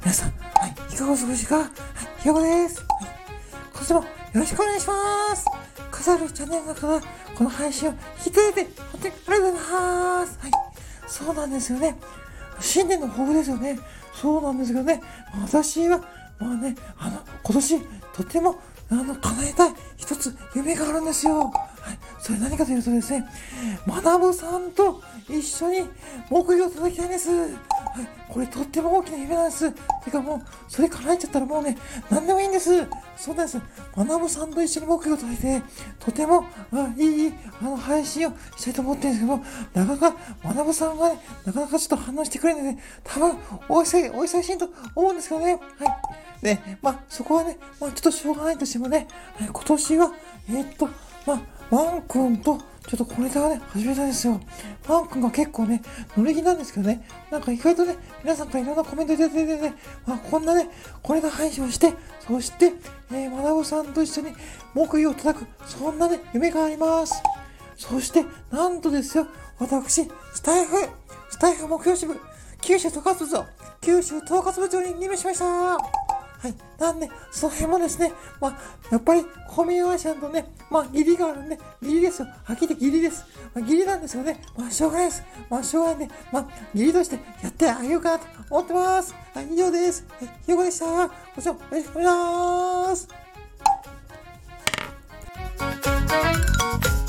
皆さん、はい、いかがお過ごしか？はい、ひよこです。はい、今年もよろしくお願いします。数あるチャンネルの中からこの配信を聞いてくれて、本当にありがとうございます。はい、そうなんですよね。新年の抱負ですよね。そうなんですけどね、私は、今年、とても、叶えたい一つ夢があるんですよ。はい、それ何かというとですね、学さんと一緒に木魚を叩きたいんです。はい、これとっても大きな夢なんです。てかもう、それ叶えちゃったらもうね、何でもいいんです。そうなんです。学さんと一緒に木魚を叩いて、とても、いい、配信をしたいと思ってるんですけど、なかなか、学さんがね、なかなかちょっと反応してくれないので、多分、お忙しいと思うんですけどね。はい。で、そこはね、ちょっとしょうがないとしてもね、今年は、ワン君と、ちょっとこれからね、始めたんですよ。ワン君が結構ね、乗り気なんですけどね、なんか意外とね、皆さんからいろんなコメントいただいてね、こんなね、これの配信をして、そして、学さんと一緒に木魚を叩く、そんなね、夢があります。そして、なんとですよ、私、スタイフ目標支部、九州統括部長に任命しました。はい。なんで、その辺もですね、やっぱり、コミュニケーションとね、義理があるんで、義理ですよ。はっきり言って義理です。義理なんですよね。しょうがないです。しょうがないんで、義理としてやってあげようかなと思ってます。はい、以上です。はい、ひよこでした。ご視聴よろしくお願いします。